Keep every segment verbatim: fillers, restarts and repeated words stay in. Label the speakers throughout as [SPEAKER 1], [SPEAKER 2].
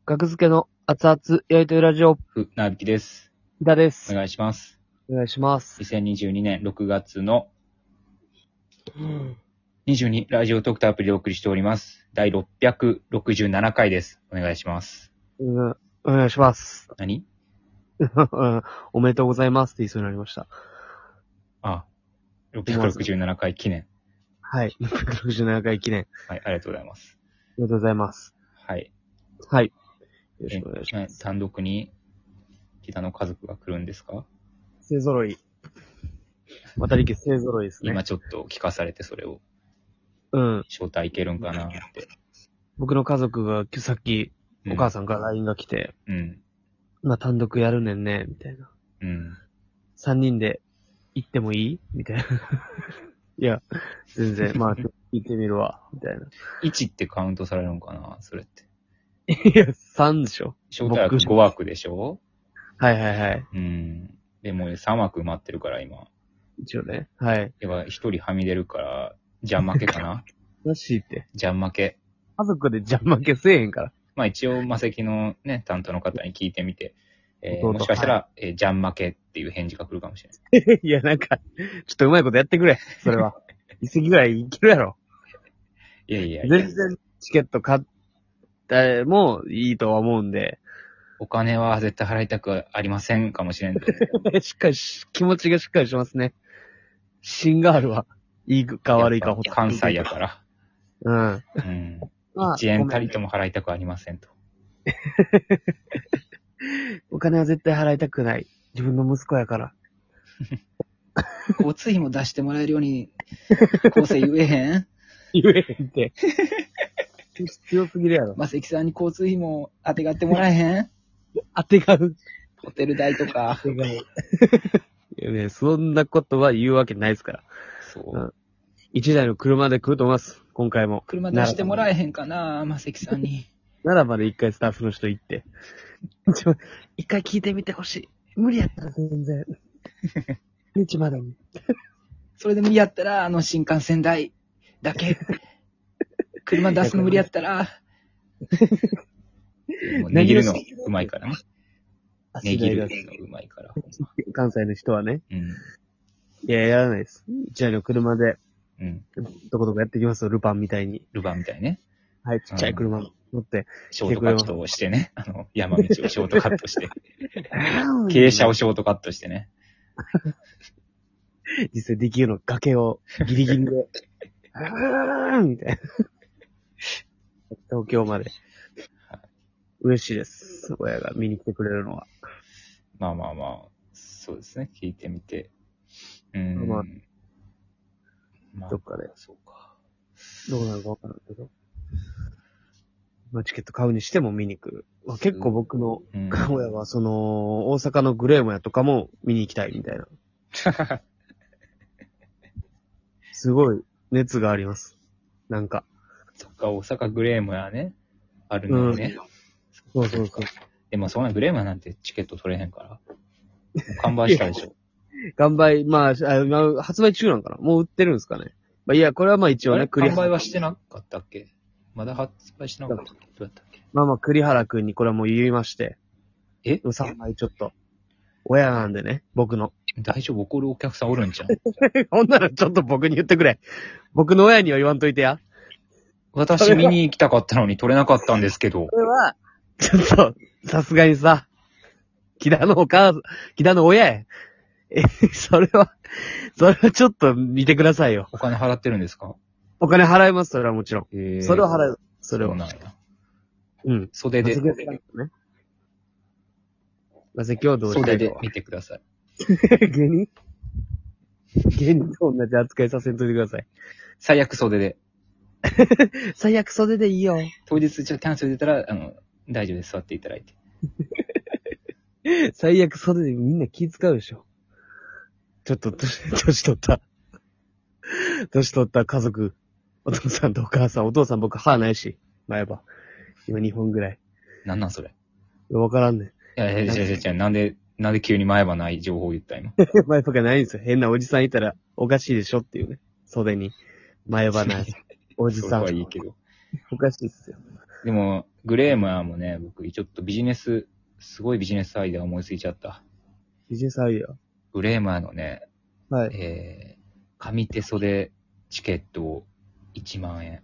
[SPEAKER 1] 学付けの熱々やりとりラジオ、
[SPEAKER 2] ふ、なびきです。
[SPEAKER 1] ひだです。
[SPEAKER 2] お願いします。
[SPEAKER 1] お願いします。
[SPEAKER 2] にせんにじゅうにねんろくがつのにじゅうにラジオトークとアプリでお送りしております。だいろっぴゃくろくじゅうななかいです。お願いします。
[SPEAKER 1] うん、お願いします。
[SPEAKER 2] 何
[SPEAKER 1] うんおめでとうございますって言いそうになりました。
[SPEAKER 2] あ、ろっぴゃくろくじゅうななかい記念。
[SPEAKER 1] はい。ろっぴゃくろくじゅうななかい記念。
[SPEAKER 2] はい、ありがとうございます。
[SPEAKER 1] ありがとうございます。
[SPEAKER 2] はい。
[SPEAKER 1] はい。よろしくお願いします。
[SPEAKER 2] え単独に北の家族が来るんですか？
[SPEAKER 1] 勢揃い。渡り家勢揃いですね。
[SPEAKER 2] 今ちょっと聞かされてそれを。
[SPEAKER 1] うん。
[SPEAKER 2] 招待いけるんかなって。
[SPEAKER 1] 僕の家族が、さっき、お母さんから ライン が来て、
[SPEAKER 2] うん。
[SPEAKER 1] まあ単独やるねんね、みたいな。
[SPEAKER 2] うん。
[SPEAKER 1] さんにんで行ってもいいみたいな。いや、全然、まあ、行ってみるわ、みたいな。
[SPEAKER 2] いちってカウントされるのかなそれって。
[SPEAKER 1] いや、さんでしょ
[SPEAKER 2] 招待枠ごわくでしょ？
[SPEAKER 1] はいはいはい。
[SPEAKER 2] うん。でもさんわく埋まってるから今。
[SPEAKER 1] 一応ね。はい。
[SPEAKER 2] では一人はみ出るから、じゃん負けかな
[SPEAKER 1] らしいって。
[SPEAKER 2] じゃん負け。
[SPEAKER 1] 家族でじゃん負けせえへんから。
[SPEAKER 2] まあ一応、マセキのね、担当の方に聞いてみて、えー、
[SPEAKER 1] 弟
[SPEAKER 2] もしかしたら、はい、えー、じゃん負けっていう返事が来るかもしれない。
[SPEAKER 1] いや、なんか、ちょっとうまいことやってくれ。それは。一席ぐらいいけるやろ。
[SPEAKER 2] いやいやいや。
[SPEAKER 1] 全然チケット買ってもいいとは思うんで。
[SPEAKER 2] お金は絶対払いたくありませんかもしれん。
[SPEAKER 1] しっかりし、気持ちがしっかりしますね。芯があるわ。いいか悪いかほ
[SPEAKER 2] 関西やから。
[SPEAKER 1] うん。
[SPEAKER 2] うん。一円たりとも払いたくありませんと。
[SPEAKER 1] お金は絶対払いたくない。自分の息子やから。
[SPEAKER 2] 交通費も出してもらえるように、構成言えへん
[SPEAKER 1] 言えへんって。強すぎるやろ。
[SPEAKER 2] まさきさんに交通費も当てがってもらえへん
[SPEAKER 1] 当てがう。
[SPEAKER 2] ホテル代とか。
[SPEAKER 1] 当てがう。いやね、そんなことは言うわけないですから。
[SPEAKER 2] そう。うん、
[SPEAKER 1] 一台の車で来ると思います。今回も。
[SPEAKER 2] 車出してもらえへんかな、まさきさんに。
[SPEAKER 1] 奈良まで一回スタッフの人行って。一回聞いてみてほしい。無理やったら全然。日までに。
[SPEAKER 2] それで無理やったら、あの新幹線代だけ。車出すの無理やったら。値切るのうまいからね。値切るのうまいから。
[SPEAKER 1] 関西の人はね。
[SPEAKER 2] うん。
[SPEAKER 1] いや、やらないです。一台の車で。
[SPEAKER 2] うん。
[SPEAKER 1] どこどこやってきますよ、ルパンみたいに。
[SPEAKER 2] ルパンみたいにね。
[SPEAKER 1] はい、ちっちゃい車乗って。
[SPEAKER 2] ショートカットをしてね。あの、山道をショートカットして。傾斜をショートカットしてね。
[SPEAKER 1] 実際できるの崖をギリギリで。あーみたいな。東京まで。嬉しいです。親が見に来てくれるのは。
[SPEAKER 2] まあまあまあ、そうですね。聞いてみて。うーん。
[SPEAKER 1] まあ、
[SPEAKER 2] まあ、
[SPEAKER 1] どっかで。
[SPEAKER 2] そうか。
[SPEAKER 1] どうなるかわからんけど。まあ、チケット買うにしても見に来る。まあ、結構僕の親は、その、大阪のグレーモヤとかも見に行きたいみたいな。すごい熱があります。なんか。
[SPEAKER 2] そっか、大阪グレーモヤね。あるのね、
[SPEAKER 1] うん。そうそうそう。
[SPEAKER 2] でもそんなグレーモヤなんてチケット取れへんから。完売したでしょ。
[SPEAKER 1] 完売、まあ、あ発売中なんかなもう売ってるんですかね。まあ、いや、これはまあ一応ね、
[SPEAKER 2] 完売はしてなかったっけまだ発売しなかったっけどうやったっけ
[SPEAKER 1] まあまあ、栗原くんにこれはもう言いまして。
[SPEAKER 2] え
[SPEAKER 1] さんまいちょっと。親なんでね、僕の。
[SPEAKER 2] 大丈夫怒るお客さんおるんじゃん。
[SPEAKER 1] ほんならちょっと僕に言ってくれ。僕の親には言わんといてや。
[SPEAKER 2] 私見に行きたかったのに取れなかったんですけど。
[SPEAKER 1] これは、ちょっと、さすがにさ、木田のお母さん、木田の親や。え、それは、それはちょっと見てくださいよ。
[SPEAKER 2] お金払ってるんですか？
[SPEAKER 1] お金払います、それはもちろん。
[SPEAKER 2] えー、
[SPEAKER 1] それは払う。それは。
[SPEAKER 2] そうなんや。
[SPEAKER 1] うん。
[SPEAKER 2] 袖で。
[SPEAKER 1] ね。マセキをどうしたいかは。
[SPEAKER 2] 袖で見てください。
[SPEAKER 1] 芸人芸人と同じ扱いさせんといてください。
[SPEAKER 2] 最悪袖で。
[SPEAKER 1] 最悪袖でいいよ。
[SPEAKER 2] 当日ちょっとキャンセル出たら、あの、大丈夫です。座っていただい
[SPEAKER 1] て。最悪袖でみんな気遣うでしょ。ちょっと、年取った。年取った家族。お父さんとお母さん。お父さん僕歯ないし。前歯。今にほんぐらい。
[SPEAKER 2] なんなんそれ。
[SPEAKER 1] わからんねん。
[SPEAKER 2] いやいやいやいやいや、なんで、なんで急に前歯ない情報を言った今。
[SPEAKER 1] 前歯がないんですよ。変なおじさんいたらおかしいでしょっていうね。袖に。前歯ない。おじさん。
[SPEAKER 2] それはいいけど。
[SPEAKER 1] おかしいっすよ。
[SPEAKER 2] でも、 グレームはもうね、僕、ちょっとビジネス、すごいビジネスアイデア思いついちゃった。
[SPEAKER 1] ビジネスアイデ
[SPEAKER 2] グレームのね、
[SPEAKER 1] ア。はい。
[SPEAKER 2] えー、上手袖チケットをいちまんえん。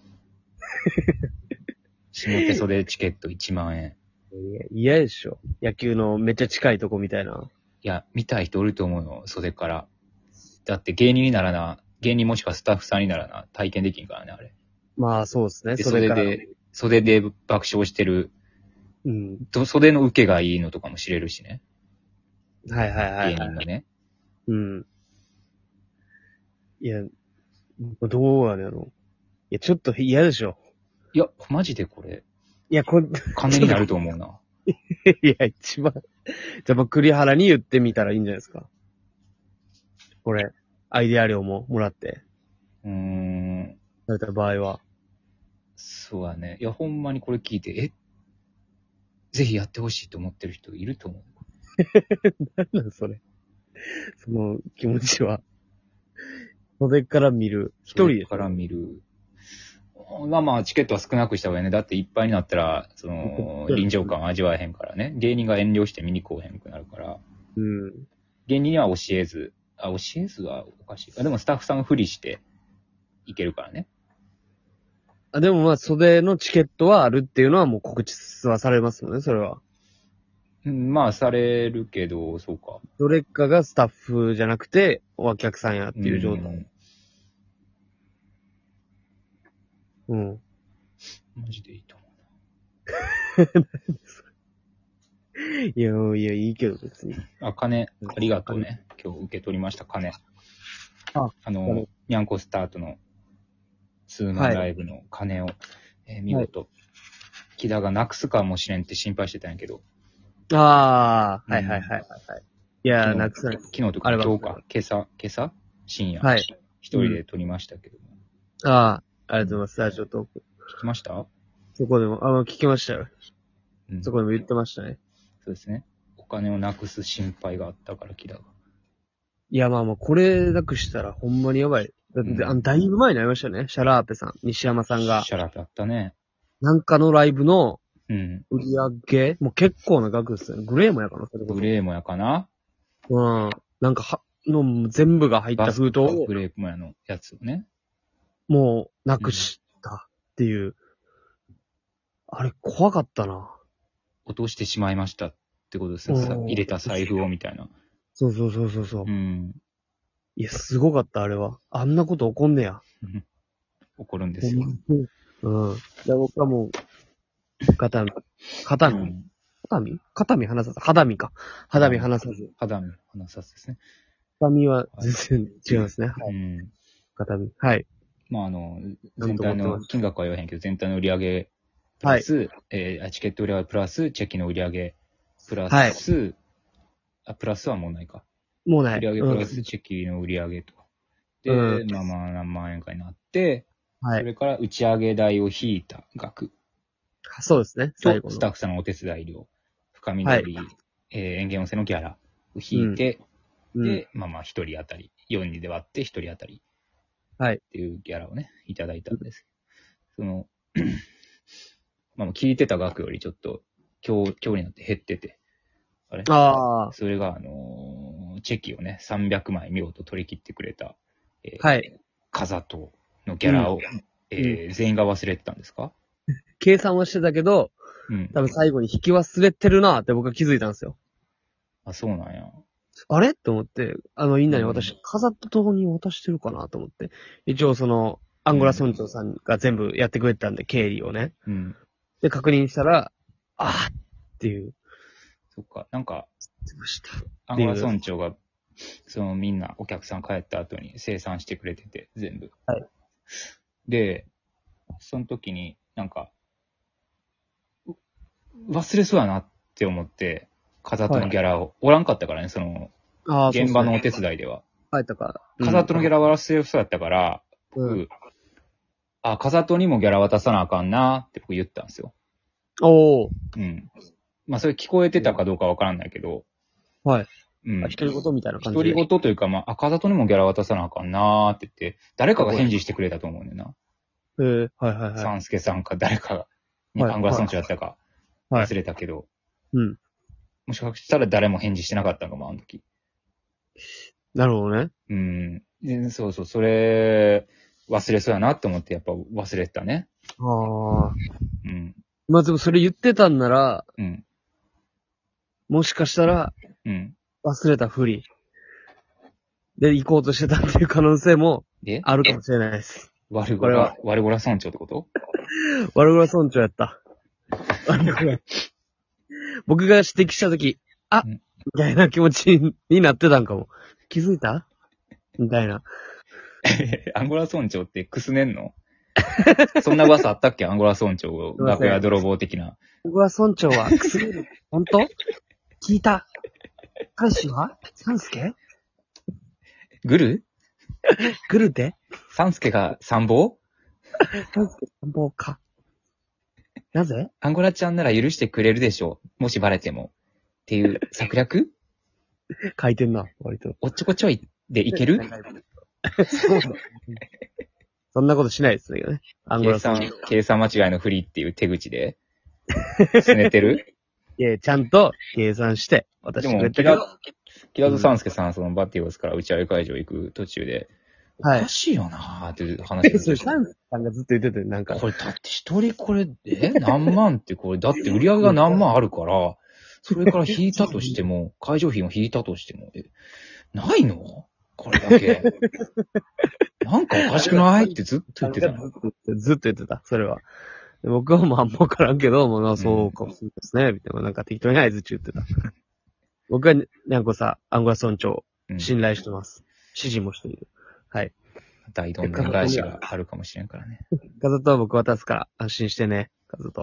[SPEAKER 2] 下手袖チケットいちまんえん。
[SPEAKER 1] いや嫌でしょ。野球のめっちゃ近いとこみたいな。
[SPEAKER 2] いや、見たい人おると思うよ、袖から。だって芸人にならな、芸人もしくはスタッフさんにならな、体験できんからね、あれ。
[SPEAKER 1] まあそうですね。
[SPEAKER 2] で、
[SPEAKER 1] それから。
[SPEAKER 2] 袖で、袖で爆笑してる、
[SPEAKER 1] うん。
[SPEAKER 2] と袖の受けがいいのとかも知れるしね。
[SPEAKER 1] はいはいはい、はい。
[SPEAKER 2] 芸人のね。
[SPEAKER 1] うん。いや、どうやねんろ。いや、ちょっと嫌でしょ。
[SPEAKER 2] いや、マジでこれ、
[SPEAKER 1] いや、こ
[SPEAKER 2] 金になると思うな。
[SPEAKER 1] いや、一番。じゃあ、栗原に言ってみたらいいんじゃないですか。これ、アイデア料ももらって、
[SPEAKER 2] うーん、
[SPEAKER 1] された場合は。
[SPEAKER 2] そうだね。いや、ほんまにこれ聞いて、え、ぜひやってほしいと思ってる人いると思う。
[SPEAKER 1] なんなんそれ。その気持ちは。袖から見る。一人で。
[SPEAKER 2] から見る。まあまあ、チケットは少なくした方がいいね。だっていっぱいになったら、その、臨場感味わえへんからね。芸人が遠慮して見に来おへんくなるから。
[SPEAKER 1] うん。
[SPEAKER 2] 芸人には教えず、あ、教えずはおかしい。あ、でもスタッフさんがふりしていけるからね。
[SPEAKER 1] あ、でもまあ、袖のチケットはあるっていうのはもう告知はされますよね、それは。
[SPEAKER 2] うん、まあ、されるけど、そうか。
[SPEAKER 1] どれかがスタッフじゃなくて、お客さんやっていう状態。
[SPEAKER 2] うん
[SPEAKER 1] うん。
[SPEAKER 2] マジでいいと思
[SPEAKER 1] いや、いや、いいけど別に。
[SPEAKER 2] う。あ、金、ありがとうね。今日受け取りました、金。
[SPEAKER 1] あ、
[SPEAKER 2] あの、ニャンコスタートのツーマンライブの金を、えー見事、木田がなくすかもしれんって心配してたんやけど、
[SPEAKER 1] ああ、
[SPEAKER 2] うん
[SPEAKER 1] はいはいはいはいはい。いや、
[SPEAKER 2] 昨日
[SPEAKER 1] なくさない。
[SPEAKER 2] 昨日とか
[SPEAKER 1] あれは
[SPEAKER 2] 今日か、今朝、今朝深夜、
[SPEAKER 1] はい。
[SPEAKER 2] 一人で撮りましたけども、
[SPEAKER 1] ああ、ありがとうございます。ラジオトーク。
[SPEAKER 2] 聞きました？
[SPEAKER 1] そこでも、あの、聞きましたよ。
[SPEAKER 2] うん、
[SPEAKER 1] そこでも言ってましたね。
[SPEAKER 2] そうですね。お金をなくす心配があったから、木田が。
[SPEAKER 1] いや、まあまあ、これなくしたらほんまにやばい。だって、
[SPEAKER 2] うん
[SPEAKER 1] あの、だいぶ前になりましたよね。シャラーペさん、西山さんが。
[SPEAKER 2] シャラペあったね。
[SPEAKER 1] なんかのライブの
[SPEAKER 2] うん。
[SPEAKER 1] 売り上げ、もう結構な額ですよね。グレーもやかな、それこそ。
[SPEAKER 2] グレーモヤかな？
[SPEAKER 1] うん。なんかは、の全部が入った封筒を
[SPEAKER 2] グレーモヤのやつをね。
[SPEAKER 1] もうなくしたっていう。あれ、怖かったな。
[SPEAKER 2] 落としてしまいましたってことですよ。さ
[SPEAKER 1] うん
[SPEAKER 2] 入れた財布をみたいな。
[SPEAKER 1] そうそうそうそうそう。
[SPEAKER 2] うん。
[SPEAKER 1] いや、すごかった、あれは。あんなこと起こんねや。
[SPEAKER 2] 怒るんですよ。
[SPEAKER 1] うん。で、僕はもう、肩身、肩身、
[SPEAKER 2] うん
[SPEAKER 1] 肩身肩身離さず、肌身か。肌身離さず。
[SPEAKER 2] 肌身離さずですね。
[SPEAKER 1] 肩身は全然違いますね。はい。
[SPEAKER 2] うん。
[SPEAKER 1] 肩身。はい。
[SPEAKER 2] まあ、あの、
[SPEAKER 1] なん
[SPEAKER 2] 全体
[SPEAKER 1] と思ってます
[SPEAKER 2] の金額は言わへんけど、全体の売り上げ、プラス、えーあチケット売り上げプラス、チェキの売り上げ、プラス、あ、プラスはもうないか。
[SPEAKER 1] もうない。
[SPEAKER 2] 売り上げプラス、チェキの売り上げとか。で、
[SPEAKER 1] うん
[SPEAKER 2] まあまあ何万円かになって、
[SPEAKER 1] うん。はい。
[SPEAKER 2] それから打ち上げ代を引いた額
[SPEAKER 1] そうですね。最後
[SPEAKER 2] と、
[SPEAKER 1] の。
[SPEAKER 2] スタッフさんのお手伝い料、深みのり、えー園芸温泉のギャラを引いて、
[SPEAKER 1] うん。
[SPEAKER 2] で、まあまあ一人当たり、よにんで割って一人当たり
[SPEAKER 1] はい。
[SPEAKER 2] っていうギャラをね、いただいたんです。その、まあ聞いてた額よりちょっと、今日、今日になって減ってて、あれ
[SPEAKER 1] ああ。
[SPEAKER 2] それが、あのーチェキをね、さんびゃくまい見事取り切ってくれた、えー
[SPEAKER 1] はい。
[SPEAKER 2] 風とのギャラを、えー全員が忘れてたんですか？
[SPEAKER 1] 計算はしてたけど、
[SPEAKER 2] うん。
[SPEAKER 1] 多分最後に引き忘れてるなって僕は気づいたんですよ。
[SPEAKER 2] あ、そうなんや。
[SPEAKER 1] あれと思って、あの、みんなに私、
[SPEAKER 2] うん
[SPEAKER 1] 飾ったとこに渡してるかなと思って。一応その、アンゴラ村長さんが全部やってくれてたんで、経理をね。
[SPEAKER 2] うん。
[SPEAKER 1] で、確認したら、あーっていう、
[SPEAKER 2] そっか。なんか、
[SPEAKER 1] 出ました。
[SPEAKER 2] アンゴラ村長が、そのみんなお客さん帰った後に生産してくれてて、全部。
[SPEAKER 1] はい。
[SPEAKER 2] で、その時になんか、う忘れそうやなって思って、風とのギャラを、おらんかったからね、その、
[SPEAKER 1] ああ、
[SPEAKER 2] 現場のお
[SPEAKER 1] そうっすね
[SPEAKER 2] 手伝いでは。
[SPEAKER 1] 書いたか。
[SPEAKER 2] 風とのギャラ忘れそうやったから、
[SPEAKER 1] うん。
[SPEAKER 2] 僕、あ、風とにもギャラ渡さなあかんなって僕言ったんですよ。
[SPEAKER 1] おー。
[SPEAKER 2] うん。まあそれ聞こえてたかどうかわからないけど、
[SPEAKER 1] はい。
[SPEAKER 2] うん。
[SPEAKER 1] あ、独り言みたいな感じで。
[SPEAKER 2] 独り言というか、まあ、赤里にもギャラ渡さなあかんなーって言って、誰かが返事してくれたと思うねんな。
[SPEAKER 1] えー、はいはいはい。
[SPEAKER 2] 三助さんか誰かが。 に
[SPEAKER 1] はい
[SPEAKER 2] アンゴラ村長やったか
[SPEAKER 1] はい。
[SPEAKER 2] 忘れたけど、
[SPEAKER 1] うん。
[SPEAKER 2] もしかしたら誰も返事してなかったのかも、あの時。
[SPEAKER 1] なるほどね。
[SPEAKER 2] うん。でそうそう、それ、忘れそうやなって思ってやっぱ忘れてたね。
[SPEAKER 1] ああ。
[SPEAKER 2] うん。
[SPEAKER 1] まあでもそれ言ってたんなら、
[SPEAKER 2] うん。
[SPEAKER 1] もしかしたら
[SPEAKER 2] うん。
[SPEAKER 1] 忘れたふり。で行こうとしてたっていう可能性も
[SPEAKER 2] で、
[SPEAKER 1] あるかもしれないです。
[SPEAKER 2] ワルゴラ
[SPEAKER 1] これは、
[SPEAKER 2] ワルゴラ村長ってこと？
[SPEAKER 1] ワルゴラ村長やった。ワルゴラ僕が指摘したとき、あ、
[SPEAKER 2] うん
[SPEAKER 1] みたいな気持ちになってたんかも。気づいたみたいな。
[SPEAKER 2] アンゴラ村長ってくすねんの？そんな噂あったっけ？アンゴラ村長、
[SPEAKER 1] ません
[SPEAKER 2] 楽屋泥棒的な。
[SPEAKER 1] 僕は村長はくすぐる。本当聞いた。大使はサンスケ
[SPEAKER 2] グル
[SPEAKER 1] 来るで
[SPEAKER 2] サンスケが参謀？
[SPEAKER 1] サンスケ参謀か。なぜ
[SPEAKER 2] アンゴラちゃんなら許してくれるでしょう。もしバレても。っていう策略？
[SPEAKER 1] 書いてんな、割と。
[SPEAKER 2] おっちょこちょいでいける？
[SPEAKER 1] そうだ。そんなことしないですよね。アンゴ
[SPEAKER 2] 計
[SPEAKER 1] ラ村長。
[SPEAKER 2] 算、計算間違いのフリーっていう手口で。すねてる？
[SPEAKER 1] いや、ちゃんと計算して渡してくれてる。
[SPEAKER 2] キラズサンスケさん、そのバティオスから打ち上げ会場行く途中で、
[SPEAKER 1] はい
[SPEAKER 2] おかしいよなーっていう話を
[SPEAKER 1] それ、
[SPEAKER 2] して
[SPEAKER 1] サンスケさんがずっと言ってて、なんか、
[SPEAKER 2] これだって一人これ、え何万ってこれ、だって売り上げが何万あるから、それから引いたとしても、会場費を引いたとしても、え、ないのこれだけ。なんかおかしくないってずっと言ってたの。
[SPEAKER 1] ずっと言ってた、それは。で僕はもうあんまわからんけど、もうな、そうかもしれないですね、みたいな、なんか適当に合図中言ってた。僕は、にゃんこさ、アンゴラ村長、
[SPEAKER 2] うん
[SPEAKER 1] 信頼してます。支持もしている。はい。
[SPEAKER 2] 大どんでん返しがあるかもしれんからね。
[SPEAKER 1] カズトは僕渡すから安心してね、カズト。